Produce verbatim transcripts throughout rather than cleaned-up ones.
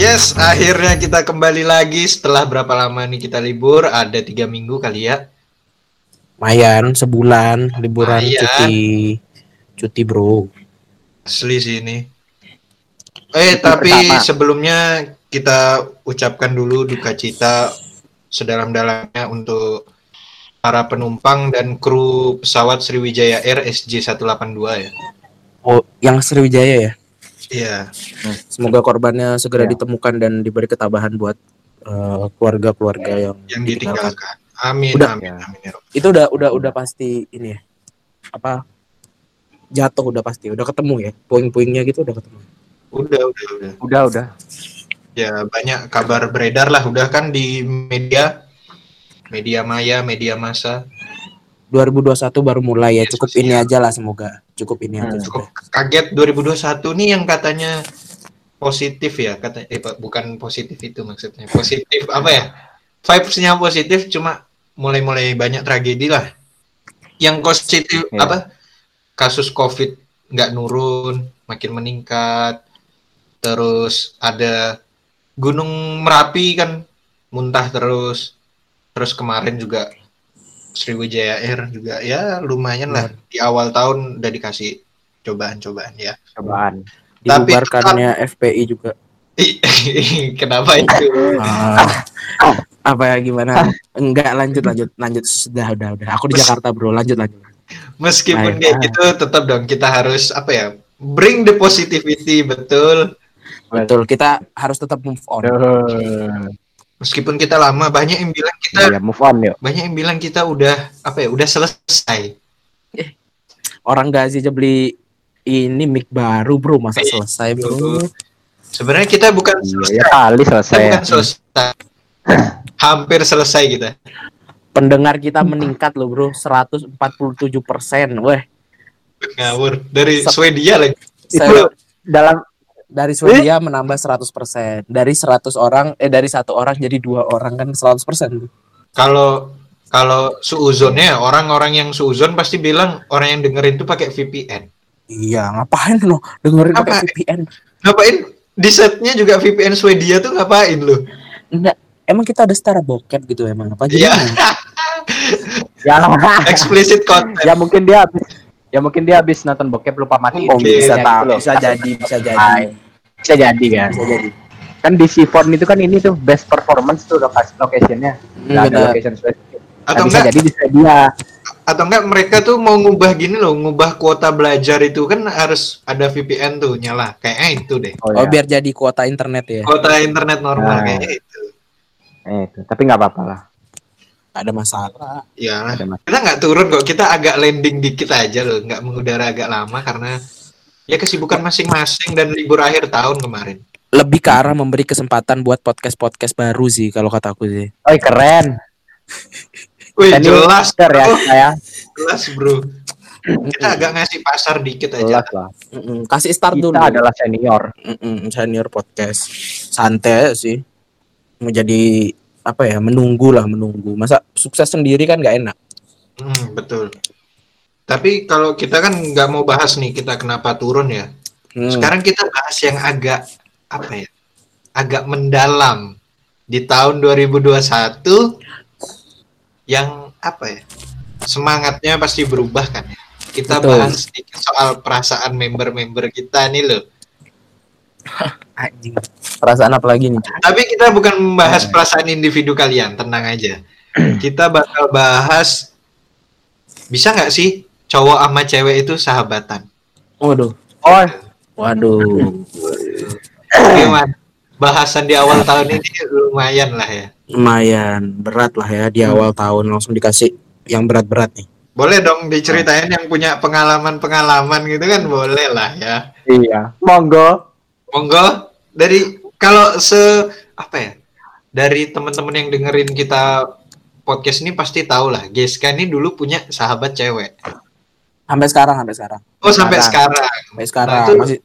Yes, akhirnya kita kembali lagi setelah berapa lama nih kita libur? Ada tiga minggu kali ya. Lumayan, sebulan liburan Lumayan. cuti, cuti bro. Asli sih ini. Eh, Cuti tapi bersama. sebelumnya kita ucapkan dulu duka cita sedalam-dalamnya untuk para penumpang dan kru pesawat Sriwijaya Air S J seratus delapan puluh dua ya. Oh, yang Sriwijaya ya. Iya. Semoga korbannya segera Ya. ditemukan dan diberi ketabahan buat uh, keluarga-keluarga yang, Yang ditinggalkan. ditinggalkan. Amin, Udah. amin, amin. Ya. Itu udah udah udah pasti ini ya. Apa? Jatuh udah pasti, udah ketemu ya. Puing-puingnya gitu udah ketemu. Udah, udah, udah. Udah, udah. Ya, banyak kabar beredar lah udah kan di media media maya, media massa. dua ribu dua puluh satu baru mulai ya. Media Cukup sosial. ini aja lah semoga. Cukup ini aja Hmm. sudah. Kaget dua ribu dua puluh satu nih yang katanya positif ya, kata eh Pak, bukan positif itu maksudnya. Positif apa ya? Vibes-nya positif cuma mulai-mulai banyak tragedi lah. Yang positif Iya. apa? Kasus Covid nggak nurun, makin meningkat. Terus ada Gunung Merapi kan muntah terus. Terus kemarin juga Sriwijaya Air juga ya lumayan lah, di awal tahun udah dikasih cobaan-cobaan ya. Cobaan. Tapi Dibubarkannya F P I juga. Kenapa itu? Ah, apa ya gimana? Enggak, lanjut lanjut lanjut sudah udah udah. Aku di Jakarta bro, lanjut lanjut. Meskipun Baik. kayak gitu tetap dong kita harus apa ya? Bring the positivity, betul. Betul, kita harus tetap move on. Duh. Meskipun kita lama, banyak yang bilang kita Iya, move on yuk. banyak yang bilang kita udah apa ya? Udah selesai. Orang Gazi aja beli ini mic baru bro, masa Iya, selesai bro? bro. Sebenarnya kita bukan Iya, selesai. ya kali Kita selesai. bukan selesai. Hampir selesai kita. Pendengar kita meningkat loh bro, seratus empat puluh tujuh persen. Weh, Ngawur. Dari Se- Swedia lagi. Itu saya dalam dari Swedia menambah seratus persen. Dari seratus orang, eh dari satu orang jadi dua orang kan seratus persen. Kalau kalau suuzonnya orang-orang yang suuzon pasti bilang orang yang dengerin tuh pakai V P N. Iya, ngapain lo dengerin pakai Ngapain? V P N? Ngapain? Di setnya juga V P N Swedia tuh ngapain lu? Enggak, emang kita ada setara bokep gitu emang apa Iya. gimana? ya, Explicit content. ya mungkin dia habis ya mungkin dia habis nonton bokep lupa matiin. Oh, bisa Ya, tahu, gitu loh. bisa jadi, bisa jadi. Hai. Bisa jadi kan. Bisa jadi. Kan di Sifon itu kan ini tuh best performance tuh lokasi locationnya. Nggak ada benar. location spesifik. Nah, Atau bisa enggak jadi di Swedia. atau enggak mereka tuh mau ngubah gini loh, ngubah kuota belajar itu kan harus ada V P N tuh nyala. Kayaknya itu deh. Oh, Oh, ya. biar jadi kuota internet ya. Kuota internet normal Nah. kayaknya itu. Eh, itu. Tapi nggak apa-apa lah. Ada masalah. Ya, Ada mas- kita nggak turun kok. Kita agak landing dikit aja loh, nggak mengudara agak lama karena ya kesibukan masing-masing dan libur akhir tahun kemarin. Lebih ke arah memberi kesempatan buat podcast-podcast baru sih kalau kata aku sih. Oh, keren. Wih, Ini jelas Ter ya bro, saya. jelas bro. Kita agak ngasih pasar dikit aja. Jelas lah. Mm-mm. Kasih start Kita dulu. adalah senior. Mm-mm, senior podcast. Santai sih. Mau jadi apa ya? Menunggu lah, menunggu. Masa sukses sendiri kan nggak enak. Hmm, betul. Tapi kalau kita kan nggak mau bahas nih kita kenapa turun ya. Hmm. Sekarang kita bahas yang agak apa ya? Agak mendalam di tahun dua ribu dua puluh satu yang apa ya? Semangatnya pasti berubah kan ya. Kita Betul. bahas sedikit soal perasaan member-member kita nih loh. Anjing. Perasaan apa lagi nih? Tapi kita bukan membahas perasaan individu kalian, tenang aja. Kita bakal bahas bisa nggak sih cowok sama cewek itu sahabatan? Waduh. Oh, Waduh. Gimana? Bahasan di awal tahun ini lumayan lah ya. Lumayan berat lah ya di awal tahun langsung dikasih yang berat-berat nih. Boleh dong diceritain yang punya pengalaman-pengalaman gitu kan boleh lah ya. iya. Monggo. Monggo dari kalau se apa ya? Dari teman-teman yang dengerin kita podcast ini pasti tahu lah. Geska ini dulu punya sahabat cewek. Sampai sekarang, sampai sekarang. Oh sampai Sekarang. sekarang. Sampai sekarang Nah, itu- masih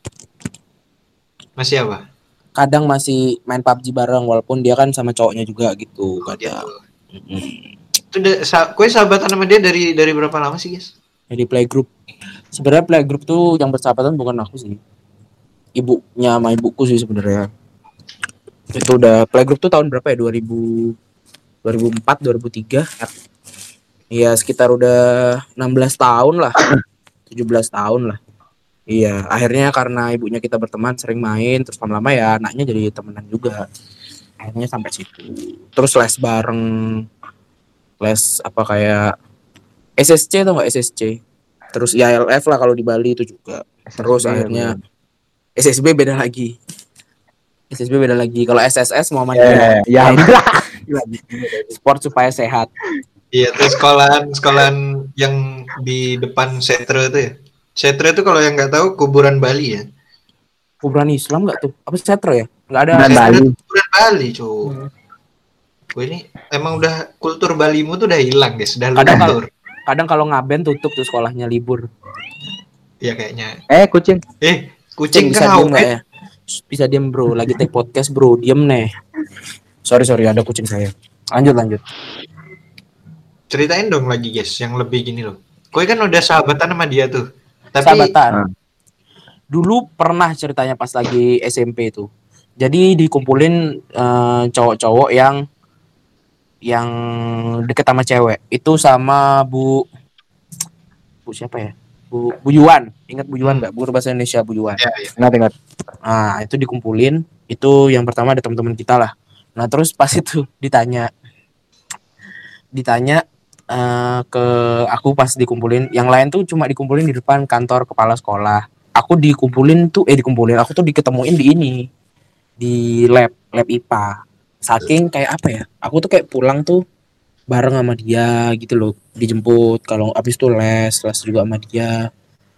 Masih apa? kadang masih main P U B G bareng walaupun dia kan sama cowoknya juga gitu kadang. Mm-mm. Itu udah, sa- kue sahabatan sama dia dari dari berapa lama sih guys? Jadi playgroup. Sebenarnya playgroup tuh yang bersahabatan bukan aku sih. Ibunya sama ibuku sih sebenarnya. Itu udah playgroup tuh tahun berapa ya? dua ribu dua ribu empat, dua ribu tiga. Iya, sekitar udah enam belas tahun lah. tujuh belas tahun lah. Iya, akhirnya karena ibunya kita berteman, sering main, terus lama-lama ya anaknya jadi temenan juga. Akhirnya sampai situ. Terus les bareng, les apa kayak S S C atau enggak S S C? Terus I L F lah kalau di Bali itu juga. Terus S S B akhirnya bener. S S B beda lagi. S S B beda lagi. Kalau S S S Ya, Muhammadiyah. ya. Sport supaya sehat. Iya, terus sekolahan sekolahan yang di depan Setre itu ya. Setre itu kalau yang nggak tahu kuburan Bali ya. Kuburan Islam enggak tuh? Apa Setre ya? Enggak ada. Kuburan Setre Bali. itu kuburan Bali, cuy. Gue ini emang udah kultur Balimu tuh udah hilang, guys. Udah Kadang luntur. Kadang kalau ngaben tutup tuh sekolahnya libur. Iya kayaknya. Eh, kucing. Eh, kucing bisa kau diem nggak ya? Shh, bisa diem bro, lagi take podcast bro, diem nih. Sorry sorry ada kucing saya. Lanjut lanjut. Ceritain dong lagi, guys, yang lebih gini loh. Gue kan udah sahabatan sama dia tuh. Tapi Sahabatan. Hmm. Dulu pernah ceritanya pas lagi S M P tuh. Jadi dikumpulin eh, cowok-cowok yang yang deket sama cewek. Itu sama Bu Bu siapa ya? Bu Bu Yuan. Ingat Bu Yuan nggak? Guru bahasa Indonesia Bu Yuan. ya, ya. Ingat ingat. Nah, itu dikumpulin. Itu yang pertama ada teman-teman kita lah. Nah, terus pas itu ditanya ditanya eh, ke aku pas dikumpulin. Yang lain tuh cuma dikumpulin di depan kantor kepala sekolah. Aku dikumpulin tuh eh dikumpulin. Aku tuh diketemuin di ini di lab lab I P A. Saking kayak apa ya? Aku tuh kayak pulang tuh bareng sama dia gitu loh, dijemput kalau habis tuh les les juga sama dia,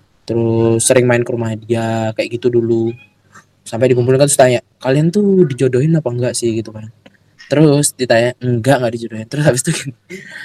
terus sering main ke rumah dia kayak gitu dulu sampai dikumpulin kan terus tanya kalian tuh dijodohin apa enggak sih gitu kan, terus ditanya enggak enggak dijodohin, terus habis itu gini,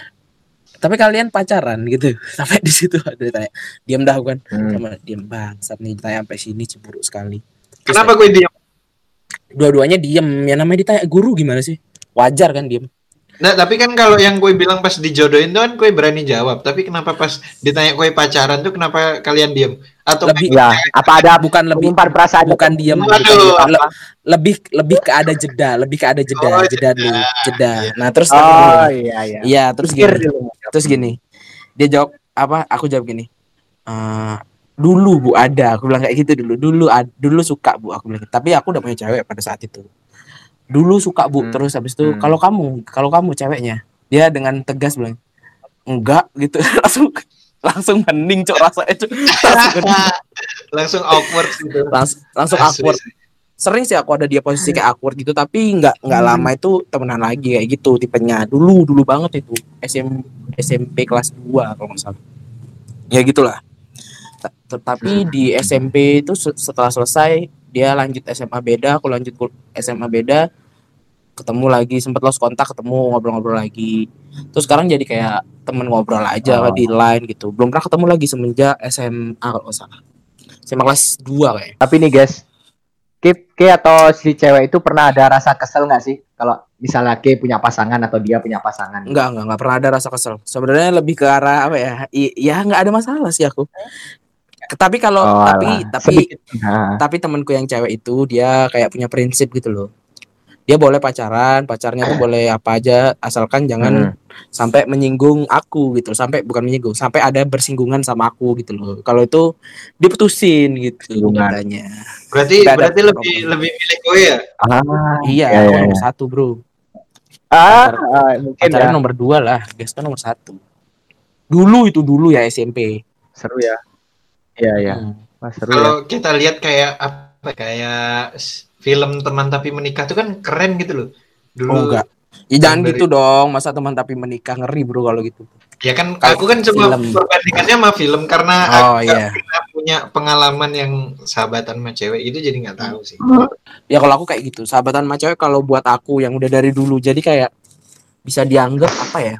tapi kalian pacaran gitu sampai di situ ada ditanya diam dah kan Hmm. sama diam bangsat nih ditanya sampai sini cemburuk sekali. Terus Kenapa gue diam? dua-duanya diem, ya namanya ditanya guru gimana sih, wajar kan diem. Nah, tapi kan kalau yang gue bilang pas dijodohin tuh kan gue berani jawab. Tapi kenapa pas ditanya gue pacaran tuh kenapa kalian diem? Atau Lebih- Ya, apa ada bukan lebih menyimpan perasaan bukan diem, Waduh, bukan diem. apa? Le- lebih lebih ke ada jeda, lebih ke ada jeda, Oh, jeda jeda. dulu, jeda. Nah, terus Oh iya iya. iya, terus Pikir gini. dulu. Terus gini. Dia jawab apa? Aku jawab gini. "Eh, dulu Bu ada." Aku bilang kayak gitu dulu. Dulu ad- dulu suka Bu, aku bilang. Tapi aku udah punya cewek pada saat itu. Dulu suka Bu, Hmm. terus habis itu Hmm. kalau kamu, kalau kamu ceweknya, dia dengan tegas bilang, "Enggak." gitu. langsung langsung hening cok rasanya cok. Langsung hening. langsung awkward gitu. Langsung, langsung Asli awkward. sih. Sering sih aku ada dia posisi kayak awkward gitu, tapi nggak nggak lama itu temenan lagi kayak gitu tipenya. Dulu dulu banget itu S M S M P kelas dua kalau nggak salah. Ya gitulah. Ta- Tetapi di S M P itu se- setelah selesai dia lanjut S M A beda, aku lanjut kul- S M A beda, ketemu lagi, sempat lost kontak, ketemu ngobrol-ngobrol lagi. Terus sekarang jadi kayak temen ngobrol aja Oh. di line gitu. Belum pernah ketemu lagi semenjak S M A kalau nggak salah. S M A kelas dua kayak. Tapi nih guys, Ki, Ki atau si cewek itu pernah ada rasa kesel nggak sih kalau misalnya Ki punya pasangan atau dia punya pasangan? Enggak, enggak, enggak pernah ada rasa kesel. Sebenarnya lebih ke arah apa ya? I- ya enggak ada masalah sih aku. Tapi kalau Oh, tapi alah. tapi Sedikit. Nah, tapi temanku yang cewek itu dia kayak punya prinsip gitu loh. Dia boleh pacaran, pacarnya tuh boleh apa aja asalkan jangan sampai menyinggung aku gitu. Sampai bukan menyinggung, sampai ada bersinggungan sama aku gitu loh. Kalau itu diputusin gitu Singgungan. katanya. Berarti Nggak ada berarti lebih problem. lebih milih gue ya. ah, Iya, iya, aku iya. nomor satu bro. Ah, Pacar- ah, mungkin Pacarnya ya. nomor dua lah, guys kan nomor satu. Dulu itu dulu ya S M P. Seru ya. Iya iya. Hmm. Wah, seru ya. Kalau kita lihat kayak apa kayak s- film teman tapi menikah tuh kan keren gitu loh. Dulu Oh enggak. Ya jangan dari- gitu dong, masa teman tapi menikah, ngeri bro kalau gitu. ya kan Kayak aku kan cuma film. perbandingannya sama film karena Oh, aku nggak iya. pernah punya pengalaman yang sahabatan sama cewek itu jadi nggak tahu sih. Ya kalau aku kayak gitu, sahabatan sama cewek kalau buat aku yang udah dari dulu jadi kayak bisa dianggap apa ya?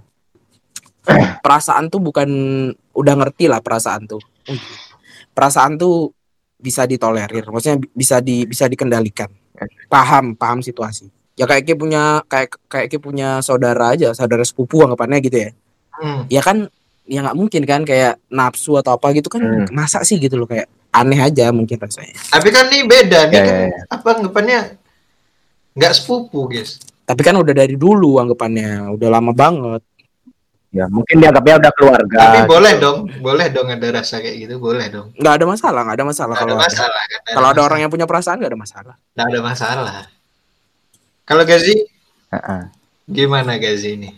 Perasaan tuh bukan udah ngerti lah perasaan tuh. Uh, Perasaan tuh bisa ditolerir, maksudnya bi- bisa di bisa dikendalikan. Paham, paham situasi. Ya kayak Ki punya kayak kayak Ki punya saudara aja, saudara sepupu anggapannya gitu ya. Hmm. Ya kan ya nggak mungkin kan kayak nafsu atau apa gitu kan, Hmm. masa sih gitu loh, kayak aneh aja mungkin rasanya. Tapi kan nih beda nih Ya, kan ya, ya. apa anggapannya nggak sepupu guys. Tapi kan udah dari dulu anggapannya, udah lama banget. Ya mungkin dianggapnya udah keluarga. Tapi boleh gitu. dong, boleh dong ada rasa kayak gitu, boleh dong. Nggak ada masalah, nggak ada masalah Nggak ada kalau ada. masalah kan? Kalau ada orang yang punya perasaan nggak ada masalah. Nggak ada masalah. Kalau Gazi, Heeh. gimana Gazi ini?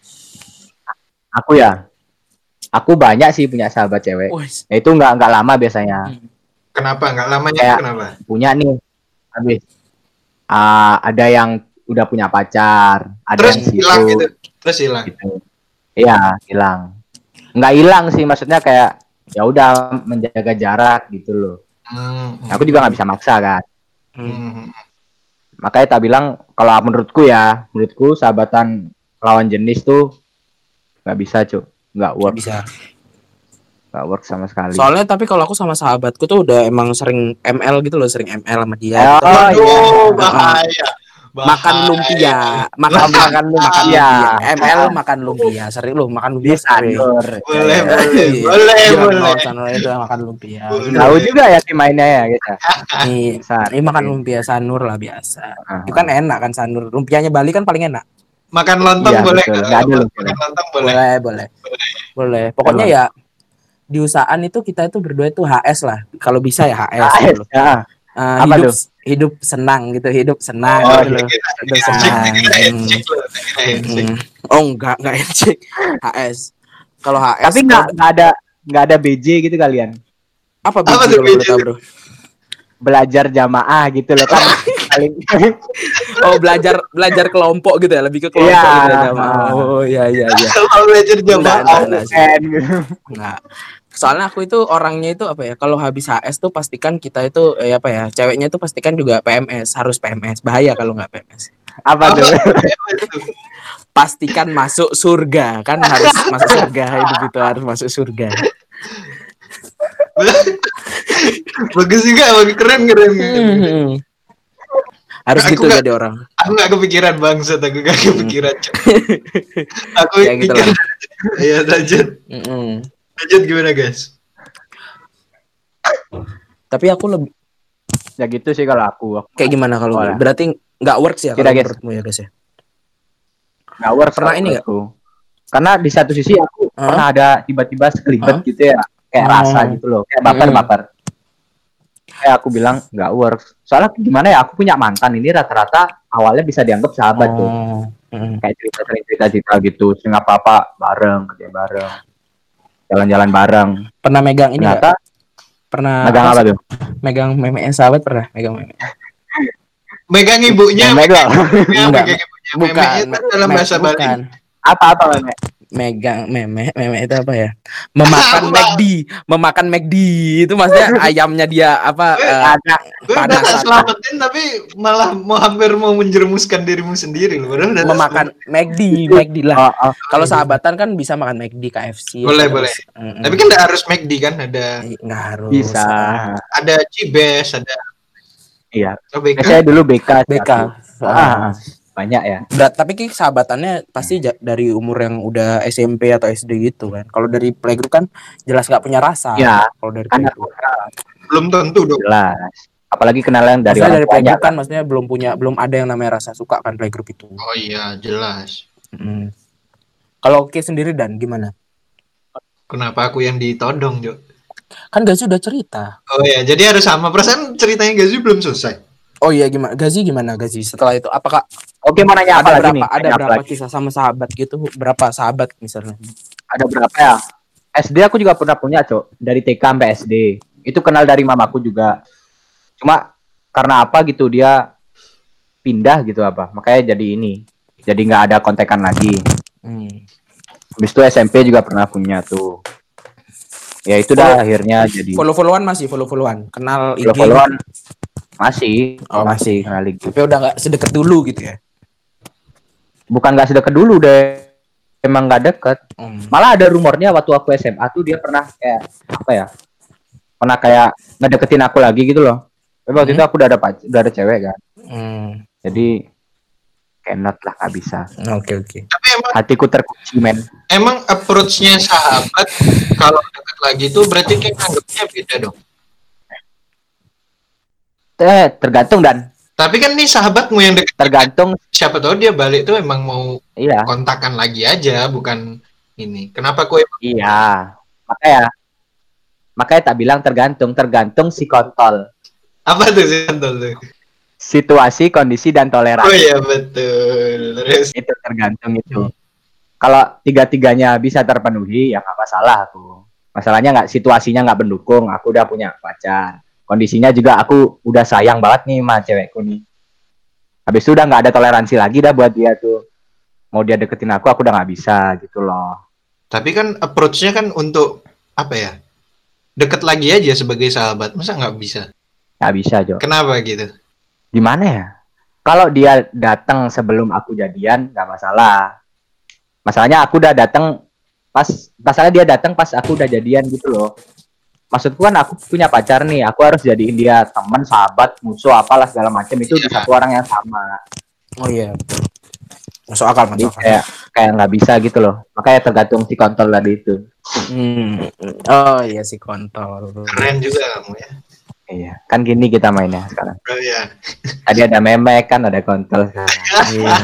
Aku ya, aku banyak sih punya sahabat cewek. Wes. Ya, itu nggak nggak lama biasanya. Hmm. Kenapa? Nggak lamanya Kayak- kenapa? Punya nih, habis ah, ada yang udah punya pacar, ada Terus yang hilang situ, gitu. Terus hilang. gitu. Iya, hilang. Nggak hilang sih, maksudnya kayak ya udah menjaga jarak gitu loh. Hmm. Aku juga nggak bisa maksa kan. Hmm. Hmm. Makanya tak bilang kalau menurutku ya, menurutku sahabatan lawan jenis tuh nggak bisa cuy, nggak work, Bisa. nggak work sama sekali. Soalnya tapi kalau aku sama sahabatku tuh udah emang sering M L gitu loh, sering M L sama dia. Oh, gitu. iya. Aduh, bahaya. Makan lumpia, makan makan lu makan Iya. lumpia. M L makan lumpia, sering lu makan Di lumpia sering. Sanur. Boleh, Ya. boleh, Iya. boleh, Iya, boleh. Sanur, Sanur itu makan lumpia. Boleh. Tahu juga ya tim mainnya ya gitu. Nih, San. ini makan lumpia Sanur lah biasa. Ah. Itu kan enak kan Sanur. Lumpianya Bali kan paling enak. Makan lontong Iya, boleh betul. nggak? Nggak ada lumpia. Makan lontong boleh. Boleh, boleh. Boleh. Pokoknya ya di usahaan itu kita itu berdua itu H S lah. Kalau bisa ya H S Ah, gitu loh. ya. Eh, Apa hidup tuh? hidup senang gitu, hidup senang Oh, gitu iya, loh. iya. Hidup Handshake, senang. kira Hmm. handshake loh, kira handshake. Hmm. Oh enggak, enggak handshake. H S. Kalau H S Tapi nggak nggak ada nggak ada B J gitu kalian. apa Apa biji tuh kalau boleh biji? tahu, Bro? Belajar jamaah gitu loh kan. Paling Oh, belajar belajar kelompok gitu ya, lebih ke kelompok Iya. gitu ya. Jamaah. Oh, iya iya iya. Kalau belajar Enggak, jamaah. enggak, enggak sih. N gitu. Enggak. Soalnya aku itu orangnya itu apa ya? Kalau habis H S tuh pastikan kita itu eh, apa ya? Ceweknya itu pastikan juga P M S, harus P M S. Bahaya kalau nggak P M S. Apa tuh? Pastikan masuk surga, kan harus masuk surga, hidup itu harus masuk surga. Bagus juga, bagus, keren, keren. keren. Hmm. Harus Aku gitu nggak- jadi orang. Aku nggak kepikiran bangsat, aku nggak kepikiran. Cok. Aku Ya, gitu pikir. lah. Iya, lanjut. Mm-mm. Lanjut gimana guys? Tapi aku lebih Ya gitu sih kalau aku. Aku kayak gimana kalau Boleh. berarti nggak works ya kalau Kira, guys. menurutmu ya guys ya? nggak work Pernah kalau ini nggak? menurutku. Karena di satu sisi aku Hah? pernah ada tiba-tiba sekelibet Hah? gitu ya, kayak Oh. rasa gitu loh, kayak baper-baper. Kayak aku bilang nggak work. Soalnya gimana ya, aku punya mantan ini rata-rata awalnya bisa dianggap sahabat tuh. Oh. Mm. Kayak cerita cerita-cerita gitu, sering apa-apa bareng, kerja bareng, jalan-jalan bareng. Pernah megang ini nggak? Ternyata Pernah megang apa tuh? megang meme sahabat pernah megang meme? Megang ibunya, Memek megang loh. ibunya, Enggak. megang ibunya. Bukan, Memeknya itu dalam me- bahasa Bali. bukan. Apa-apa memek? Megang meme meme itu apa ya? Memakan Apa? McD, memakan McD itu maksudnya ayamnya dia apa? eh, Ada. Gue udah Panas, tak panas. selamatin tapi malah mau hampir mau menjerumuskan dirimu sendiri loh. Padahal udah tak memakan McD, McD lah. Oh, oh. Kalau sahabatan kan bisa makan McD, K F C. Boleh, terus, boleh. mm-mm. Tapi kan nggak harus McD kan, ada Eh, nggak harus. Bisa. ada Cibes, ada Iya. oh, B K. Saya dulu B K. B K. Ah, banyak ya. Berat, tapi ki sahabatannya pasti ja- dari umur yang udah S M P atau S D gitu kan. Kalau dari playgroup kan jelas nggak punya rasa. Iya. Kalau dari Kan aku playgroup. Belum tentu dong. jelas. Apalagi kenalan dari Maksudnya orang dari tuanya. playgroup kan maksudnya belum punya belum ada yang namanya rasa suka kan playgroup itu. Oh iya, jelas. Mm. Kalau Ki sendiri dan gimana? Kenapa aku yang ditodong, Jo? Kan Gazi udah cerita. Oh iya, jadi harus sama. Perasaan ceritanya Gazi belum selesai. Oh iya gimana? Gazi gimana Gazi? Setelah itu apakah Oke, mau nanya apa ada lagi berapa nih? ada Nanya apa berapa lagi? kisah sama sahabat gitu? Berapa sahabat misalnya? Ada berapa ya? S D aku juga pernah punya, Cok. Dari T K sampai S D. Itu kenal dari mamaku juga. Cuma karena apa gitu dia pindah gitu apa. Makanya jadi ini. Jadi nggak ada kontekan lagi. Hmm. Habis itu S M P juga pernah punya tuh. Ya itu dah akhirnya jadi Follow-followan masih follow-followan. Kenal I G. follow-followan masih. Oh, masih. kenal I G. Tapi udah nggak sedekat dulu gitu ya. Bukan nggak sedekat dulu deh. Emang nggak deket. Hmm. Malah ada rumornya waktu aku S M A tuh dia pernah kayak apa ya? Pernah kayak ngedeketin aku lagi gitu loh. Tapi waktu Hmm. itu aku udah ada pac- udah ada cewek kan. Hmm. Jadi cannot lah, nggak bisa. Oke oke. Tapi emang Hatiku terkunci men. emang approach-nya sahabat kalau dekat lagi tuh berarti kayak anggapnya beda dong. Eh tergantung dan Tapi kan nih sahabatmu yang deket, Tergantung. siapa tahu dia balik tuh emang mau Iya. kontakan lagi aja, bukan ini. Kenapa kue? Iya. Makanya makanya tak bilang tergantung, tergantung si kontol. Apa tuh sih kontol tuh? Situasi, kondisi dan toleransi. Oh iya betul. Terus Itu tergantung itu. Kalau tiga-tiganya bisa terpenuhi ya nggak masalah aku. Masalahnya nggak, situasinya nggak mendukung. Aku udah punya pacar. Kondisinya juga aku udah sayang banget nih sama cewekku nih. Habis itu udah nggak ada toleransi lagi dah buat dia tuh. Mau dia deketin aku, aku udah nggak bisa gitu loh. tapi kan approach-nya kan untuk apa ya? Deket lagi aja sebagai sahabat. Masa nggak bisa? Nggak bisa, Jo. Kenapa gitu? Gimana ya? Kalau dia datang sebelum aku jadian, nggak masalah. Masalahnya aku udah datang pas, masalah dia datang pas aku udah jadian gitu loh. Maksudku kan aku punya pacar nih, aku harus jadiin dia teman, sahabat, musuh, apalah segala macam itu di Iya. satu orang yang sama. Oh iya. Masuk akal, Jadi masuk akal. kayak kayak nggak bisa gitu loh. Makanya tergantung si kontol tadi itu. Hmm. Oh iya si kontol. Keren juga kamu ya. Iya, kan gini kita mainnya sekarang. Oh iya. Tadi ada memek kan, ada kontol sekarang. Iya.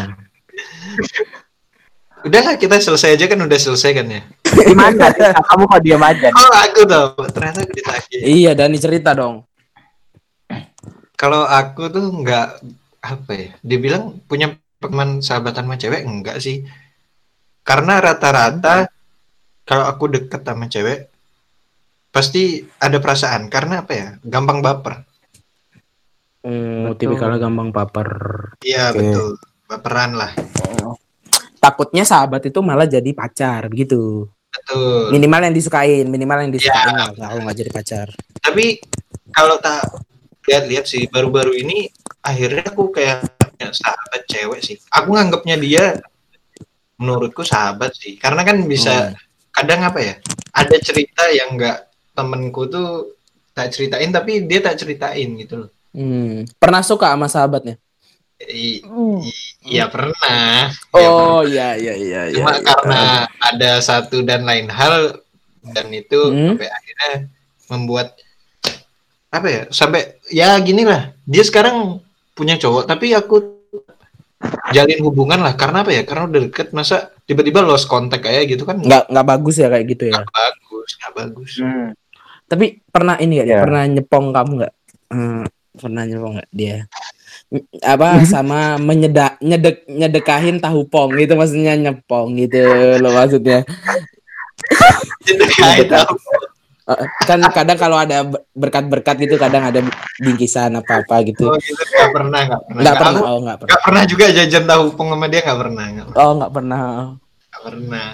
Udahlah kita selesai aja kan, udah selesai kan ya. Gimana? Kamu kok diam aja? Oh aku tahu. Ternyata aku ditagih. Iya, Dani cerita dong. Kalau aku tuh nggak apa ya, dibilang punya teman sahabatan sama cewek enggak sih, karena rata-rata kalau aku deket sama cewek pasti ada perasaan, karena apa ya, gampang baper. Hmm, Betul. tipikalnya gampang baper. Iya Oke. betul, baperan lah. Takutnya sahabat itu malah jadi pacar begitu. Betul. Minimal yang disukain, minimal yang disukain Ya. lah, kalau nggak jadi pacar. Tapi kalau tak lihat-lihat sih, baru-baru ini akhirnya aku kayak punya sahabat cewek sih. Aku nganggapnya dia, menurutku sahabat sih, karena kan bisa Hmm. kadang apa ya, ada cerita yang nggak temenku tuh tak ceritain tapi dia tak ceritain gitu loh. Hmm. Pernah suka sama sahabatnya? I- i- Iya pernah. Iya Oh iya iya iya. pernah. Cuma iya. karena ada satu dan lain hal, dan itu Hmm. sampai akhirnya membuat apa ya, sampai ya gini lah, dia sekarang punya cowok tapi aku jalin hubungan lah, karena apa ya, karena udah deket, masa tiba-tiba lost contact kayak gitu kan nggak nggak bagus ya kayak gitu ya. nggak bagus, nggak bagus. Hmm. Tapi pernah ini nggak? Iya. Pernah nyepong kamu nggak? Hmm, pernah nyepong nggak dia? N- Apa sama menyedak nyedek nyedekahin tahu pong gitu, maksudnya nyepong gitu loh maksudnya. Itu kayak tahu. Eh, kan kadang kalau ada ber- berkat-berkat gitu, kadang ada bingkisan apa-apa gitu. Oh gitu, nggak pernah, nggak pernah. Nggak pernah. Aku Oh nggak pernah. nggak pernah juga jajan tahu pong sama dia, nggak pernah, nggak Oh nggak pernah. nggak pernah.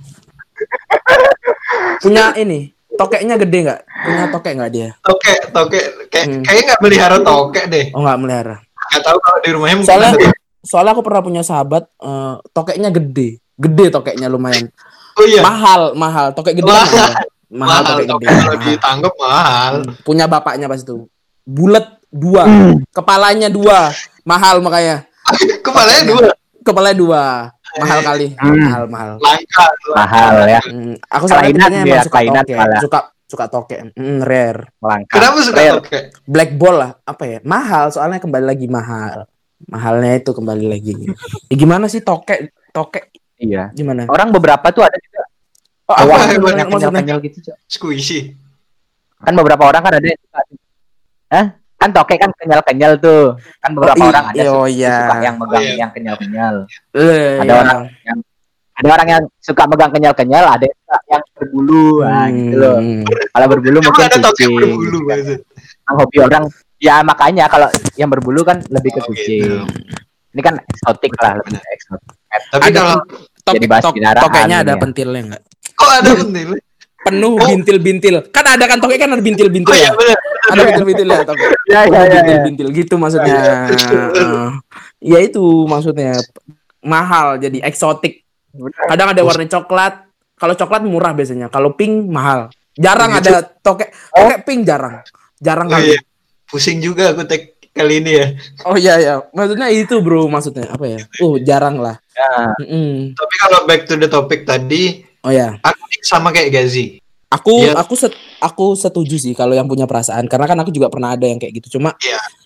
Punya ini tokeknya gede nggak? Punya tokek nggak dia? Toke, toke, kayak Hmm. kayaknya nggak melihara toke deh. Oh nggak melihara. Nggak tahu kalau di rumahnya mungkin Soalnya ada. soalnya aku pernah punya sahabat, eh, tokeknya gede, gede tokeknya lumayan. Oh iya, Mahal, mahal. Tokek gede Mahal. kan mahal. Mahal, mahal tokek toke gede. kalau Mahal. ditanggap mahal. Hmm, Punya bapaknya pas itu. Bulat dua, Hmm. kepalanya dua. Mahal makanya. Kepalanya Tokeknya. dua, Kepalanya dua. Mahal kali. Hmm. Mahal, mahal. langka. Mahal ya. Hmm, aku soalnya Kelainan tipenya dia, emang suka kelainan toke. malah. Suka suka toke. Hmm, rare. Langka. Kenapa suka Rare. toke? Black ball lah, apa ya? Mahal, soalnya kembali lagi mahal. Mahalnya itu kembali lagi. Ya, gimana sih toke? Toke Iya. gimana? Orang beberapa tuh ada juga Oh, Apa apa hewan yang yang maksudnya? kenyal-kenyal gitu, Cok. Squishy. Kan beberapa orang kan ada yang suka. Hah? Kan toke kan kenyal-kenyal tuh. Kan beberapa Oh, orang ada iya, su- oh, iya. suka yang megang Oh, iya. yang kenyal-kenyal. Eh, Ada ya. orang yang ada orang yang suka megang kenyal-kenyal, ada yang suka yang berbulu, nah, gitu loh. Hmm. Kalau berbulu Emang mungkin ada toke kucing. berbulu gitu kan. gitu. Yang hobi orang ya makanya kalau yang berbulu kan lebih ke Oh, kucing. gitu. Ini kan eksotik lah, lebih Benar. ke eksotik. Tapi Ada kalau Toke, Jadi bahas tok- binaraan tokeknya ini ada ya. pentilnya enggak? kok ada pentil? Penuh Oh. bintil-bintil. Kan ada kan toke kan ada bintil-bintil Oh iya ya. benar. Ada bintil-bintil ya toke. Ya Ada ya ya. ya. bintil-bintil gitu maksudnya. Eh, ya itu maksudnya mahal jadi eksotik. Kadang ada warna coklat. Kalau coklat murah biasanya. Kalau pink mahal. Jarang Gitu. ada toke. Toke pink jarang. Jarang Oh kali. iya. Pusing juga aku tag kali ini ya. Oh iya ya. Maksudnya itu bro. Maksudnya apa ya? Uh jarang lah. Ya. Mm-mm. Tapi kalau back to the topic tadi, Oh ya. aku sama kayak Gazi. Aku Iya. aku set, aku setuju sih kalau yang punya perasaan, karena kan aku juga pernah ada yang kayak gitu. Cuma Iya.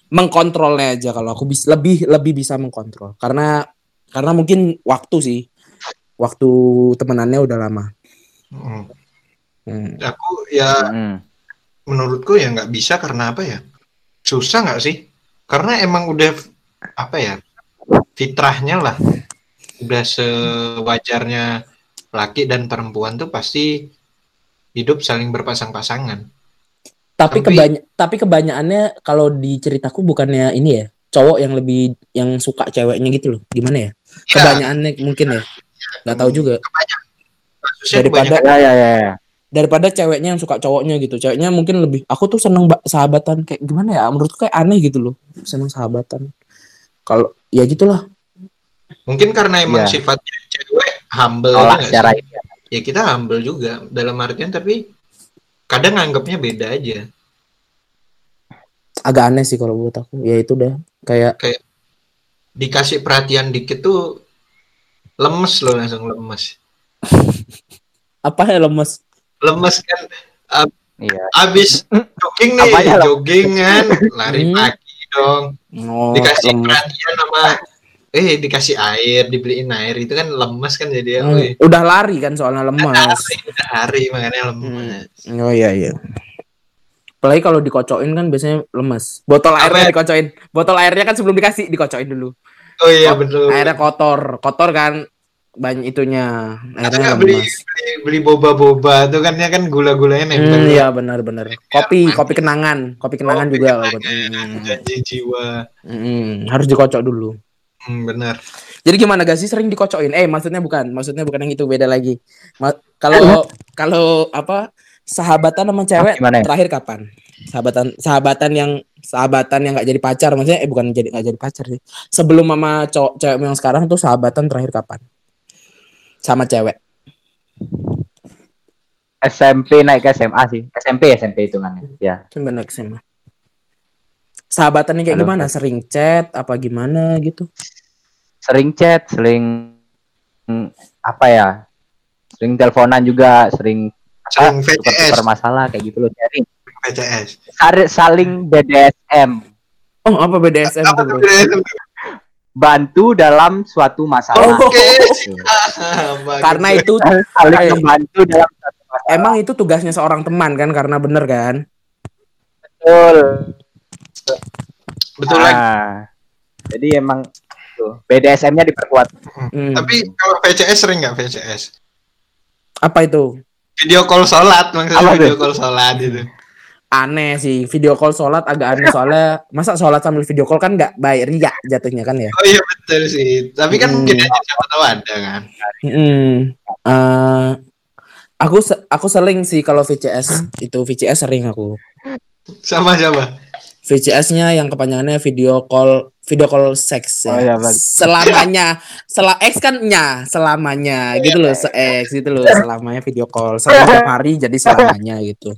mengkontrolnya aja kalau aku bisa lebih lebih bisa mengkontrol karena karena mungkin waktu sih waktu temenannya udah lama. Hmm. Hmm. Aku ya Hmm. menurutku ya nggak bisa karena apa ya? Susah nggak sih? Karena emang udah apa ya? Fitrahnya lah. Udah sewajarnya laki dan perempuan tuh pasti hidup saling berpasang-pasangan. Tapi Tapi- kebany- tapi kebanyakannya kalau di ceritaku bukannya ini ya cowok yang lebih yang suka ceweknya gitu loh. Gimana ya? Ya, Kebanyakannya mungkin ya. Nggak tahu juga. kebanyakan. Kasusnya Daripada kebanyakan. Ya ya ya. daripada ceweknya yang suka cowoknya gitu. Ceweknya mungkin lebih aku tuh seneng ba- sahabatan kayak gimana ya? Menurutku kayak aneh gitu loh. Seneng sahabatan. Kalau ya gitulah. Mungkin karena emang Iya. sifatnya cewek humble Tolak nggak secara sih? Ya kita humble juga dalam artian tapi kadang nganggapnya beda aja. Agak aneh sih kalau buat aku. Ya itu dah kayak Dikasih perhatian dikit tuh lemes loh, langsung lemes. apa ya lemes. Lemes kan ab- Iya. abis jogging nih, Apanya lemes? jogging kan, lari Hmm. pagi dong. Oh, Dikasih lemes. perhatian sama eh dikasih air, dibeliin air itu kan lemes kan jadi ya. Hmm, woi. udah lari kan soalnya lemes. Udah hari makanya Hmm. lemes. Oh iya iya. Apalagi kalau dikocoin kan biasanya lemes. Botol Apa airnya ya? dikocoin. Botol airnya kan sebelum dikasih dikocoin dulu. Oh iya Kot- betul. Airnya kotor, kotor kan banyak itunya. Atau Airnya nggak beli, lemes. beli beli boba-boba tuh kan ya kan gula-gulanya nempel. Hmm, iya benar-benar. Kopi, manis. kopi kenangan, kopi kenangan Kopi juga. kenangan, Hmm. janji jiwa. Hmm, harus dikocok dulu. Hmm, benar. Jadi gimana gak sih sering dikocokin? Eh maksudnya bukan, maksudnya bukan yang itu beda lagi. Ma- Kalau kalau apa sahabatan sama cewek Gimana ya? terakhir kapan? Sahabatan sahabatan yang sahabatan yang nggak jadi pacar maksudnya eh bukan jadi nggak jadi pacar sih. Sebelum mama cowok cewek yang sekarang tuh sahabatan terakhir kapan? Sama cewek. S M P naik ke S M A sih. S M P S M P hitungannya. Ya. Sebenarnya SMA. Sahabatannya kayak Halo. gimana? Sering chat apa gimana gitu? Sering chat, sering hmm, apa ya? Sering teleponan juga, sering Sering V C S. tukar-tukar masalah kayak gitu loh. Sering V C S. Sari- saling B D S M, Oh apa B D S M Apa tuh bro? tuh bedanya tuh? bantu dalam suatu masalah. Oke. Gitu. Sama Karena gitu. itu Saling Eh. membantu dalam suatu masalah. emang itu tugasnya seorang teman kan karena bener kan? Betul. Betul lagi. Nah, jadi emang tuh, B D S M-nya diperkuat. Hmm. Tapi kalau V C S sering nggak V C S? Apa itu? Video call sholat maksudnya Apa video tuh? call sholat itu. Aneh sih video call sholat agak aneh soalnya masa sholat sambil video call kan nggak baik riak jatuhnya kan ya. Oh iya betul sih. Tapi kan Hmm. mungkin aja siapa tahu ada kan. Hmm. Eh, aku se- aku sering sih kalau V C S itu V C S sering aku. Sama siapa? V C S-nya yang kepanjangannya video call video call seks ya. Oh, iya, Bang. Selamanya, sel X kan nya, selamanya gitu loh, se-X gitu loh, selamanya video call. Sering setiap hari jadi selamanya gitu.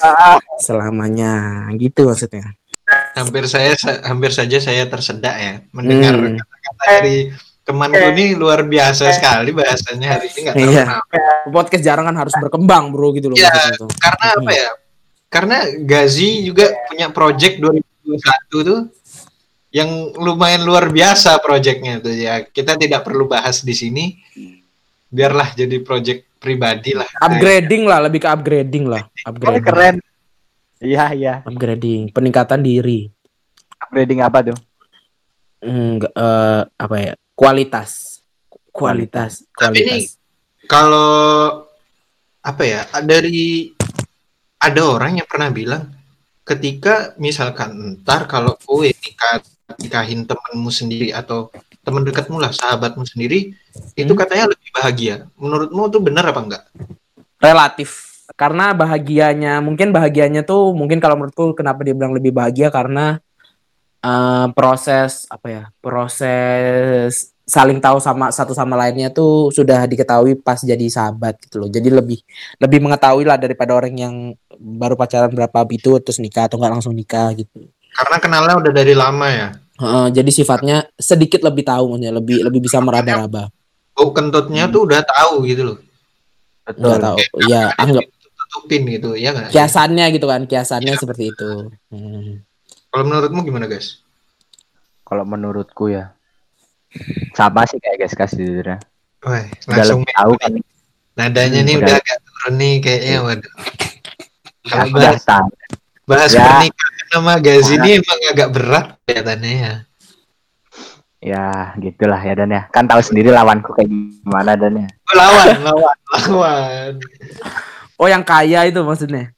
Selamanya gitu maksudnya. Hampir saya hampir saja saya tersedak ya mendengar Hmm. kata-kata dari temanku ini luar biasa sekali bahasanya hari ini nggak tahu Iya. kenapa. Podcast jarang kan harus berkembang, Bro gitu loh Iya, maksudnya tuh. Karena apa ya? Karena Gazi juga punya project dua ribu dua puluh satu tuh yang lumayan luar biasa projectnya tuh ya. Kita tidak perlu bahas di sini. Biarlah jadi project pribadi lah. Upgrading lah, lebih ke upgrading lah, Oh, upgrading. keren. Iya, iya. Upgrading, peningkatan diri. Upgrading apa tuh? Enggak eh, apa ya? Kualitas. Kualitas, Tapi ini kualitas. kalau apa ya? Dari ada orang yang pernah bilang ketika misalkan ntar kalau kowe nikah nikahin temanmu sendiri atau teman dekatmu lah, sahabatmu sendiri, itu Hmm. katanya lebih bahagia. Menurutmu tuh benar apa enggak? Relatif. Karena bahagianya, mungkin bahagianya tuh mungkin kalau menurutku kenapa dia bilang lebih bahagia karena eh, proses apa ya? Proses saling tahu sama satu sama lainnya tuh sudah diketahui pas jadi sahabat gitu loh. Jadi lebih lebih mengetahui lah daripada orang yang baru pacaran berapa itu terus nikah atau nggak langsung nikah gitu. Karena kenalnya udah dari lama ya. Heeh, jadi sifatnya sedikit lebih tahu, maksudnya lebih lebih bisa meraba-raba. Bau kentutnya tuh udah tahu gitu loh. Betul. Nggak tahu, ya anggap Tutupin gitu, ya nggak? kiasannya gitu kan, kiasannya seperti itu. Hmm. Kalau menurutmu gimana, guys? Kalau menurutku ya sama sih kayak guys kasih jujurnya. Wah, Udah langsung lebih tahu kan. nadanya Hmm, nih udah. udah agak turun nih kayaknya. Waduh. Kalau Ya, udah bahas, tahu. bahas Ya. pernikahan sama guys ini emang agak berat kelihatannya ya. Ya gitulah ya Dan ya. Kan tahu sendiri lawanku kayak gimana Dan ya. Oh, lawan, lawan, lawan. Oh, yang kaya itu maksudnya.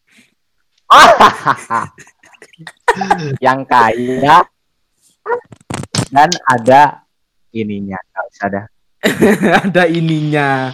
Yang kaya dan ada ininya. Nggak usah dah. Ada ininya.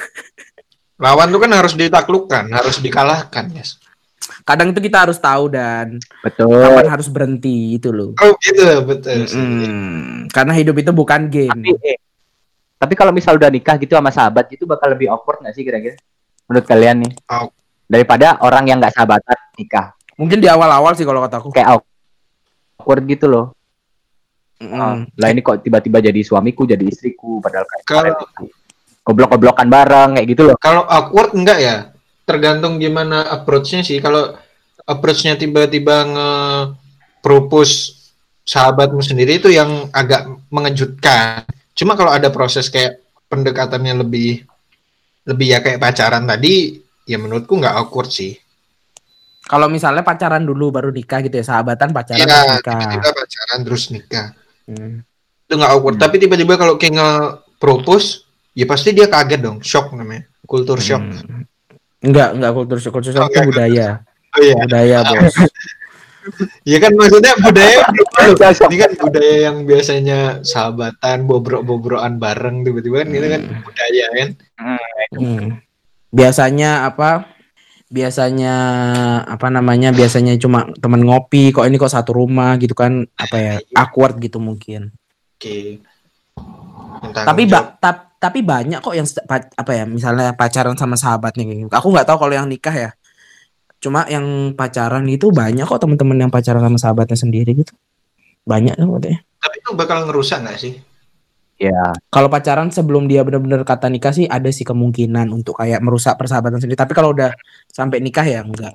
Lawan tuh kan harus ditaklukkan, harus dikalahkan, yes. Kadang itu kita harus tahu dan Betul. kapan harus berhenti itu loh. Oh gitu, betul. Mm-mm. Karena hidup itu bukan game. Tapi, eh, tapi kalau misal udah nikah gitu sama sahabat itu bakal lebih awkward nggak sih kira-kira? Menurut kalian nih? Oh. Daripada orang yang nggak sahabatan nikah. Mungkin di awal-awal sih kalau kataku. Kayak awkward gitu loh. Mm-mm. Oh, lah ini kok tiba-tiba jadi suamiku, jadi istriku, padahal kayak Kalau goblok-goblokan bareng kayak gitu loh. kalau awkward enggak ya? Tergantung gimana approach-nya sih. Kalau approach-nya tiba-tiba nge-propose sahabatmu sendiri itu yang agak mengejutkan. Cuma kalau ada proses kayak pendekatannya lebih lebih ya kayak pacaran tadi, ya menurutku nggak awkward sih. Kalau misalnya pacaran dulu baru nikah gitu ya, sahabatan pacaran terus Iya, nikah. tiba-tiba pacaran terus nikah. Hmm. Itu nggak awkward. Hmm. Tapi tiba-tiba kalau kayak nge-propose, ya pasti dia kaget dong, shock namanya, kultur shock. Hmm. Enggak, enggak kultur shock. Kultur shock Oh, itu enggak. budaya. Oh iya, Budaya, Bos. ya kan maksudnya budaya berubah. Ini kan budaya yang biasanya sahabatan, bobrok-bobrokan bareng, tiba-tiba kan gitu kan budaya kan. Hmm. Biasanya apa? Biasanya apa namanya? Biasanya cuma teman ngopi, kok ini kok satu rumah gitu kan, apa ya? Awkward gitu mungkin. Oke. Tapi ba- ta- tapi banyak kok yang st- pa- apa ya? Misalnya pacaran sama sahabatnya kayak gitu. Aku nggak tahu kalau yang nikah ya. Cuma yang pacaran itu banyak kok teman-teman yang pacaran sama sahabatnya sendiri gitu. Banyak kok katanya. Tapi itu bakal ngerusak nggak sih? Ya, Kalau pacaran sebelum dia benar-benar kata nikah sih ada sih kemungkinan untuk kayak merusak persahabatan sendiri. Tapi kalau udah sampai nikah ya enggak.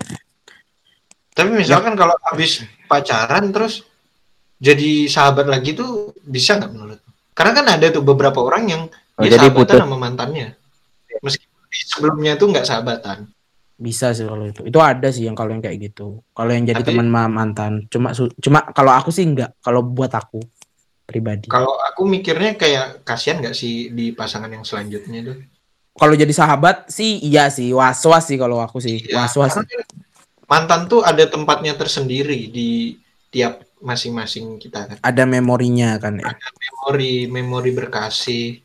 Tapi misalkan kalau habis pacaran terus jadi sahabat lagi tuh bisa nggak menurut? Karena kan ada tuh beberapa orang yang Oh, dia jadi sahabatan putus. sama mantannya. Meskipun sebelumnya tuh nggak sahabatan. Bisa sih kalau itu. Itu ada sih yang kalau yang kayak gitu. Kalau yang jadi Tapi- teman ma- mantan. Cuma su- cuma kalau aku sih enggak. Kalau buat aku pribadi. Kalau aku mikirnya kayak kasihan nggak sih di pasangan yang selanjutnya tuh? Kalau jadi sahabat sih iya sih. Was-was sih kalau aku sih. Ya, Was-was. karena kan mantan tuh ada tempatnya tersendiri di tiap masing-masing kita kan. Ada memorinya kan ya. Memori, memori berkasih.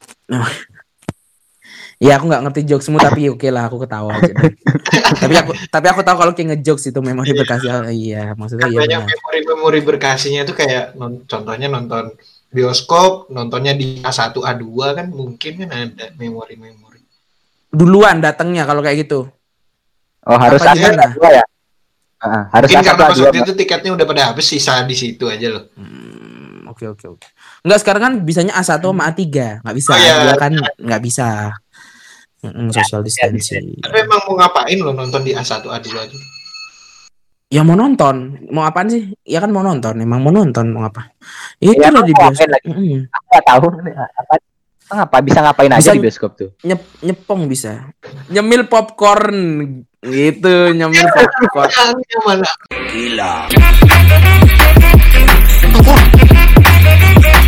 Ya aku nggak ngerti jokesmu tapi oke lah aku ketawa aja. deh. tapi aku tapi aku tahu kalau kayak ngejokes itu memori berkasih. Ah, iya maksudnya Kan iya banyak benar. memori-memori berkasihnya tuh kayak non- contohnya nonton bioskop, nontonnya di A satu A dua kan mungkin kan ada memori-memori. Duluan datangnya kalau kayak gitu. oh harus Apa ada gimana? dua ya. Uh, harus Mungkin ada karena pas dua. waktu itu tiketnya udah pada habis, sisa di situ aja loh. Hmm, oke oke oke. Enggak sekarang kan bisanya A satu sama A tiga. Nggak bisa. Oh, iya. Dia kan nggak bisa. Mm-mm, social distancing. Tapi emang mau ngapain lo nonton di A satu A dua tuh? Ya mau nonton. Mau apaan sih? Ya kan mau nonton. Emang mau nonton mau apa? Itu Ya, lah di mau bioskop. ngapain lagi? Mm-mm. Aku nggak tahu apa ngapa bisa ngapain aja Bisa- di bioskop tuh. Nyep- nyepong bisa. Nyemil popcorn gitu, nyemil popcorn. Yang mana? Gila.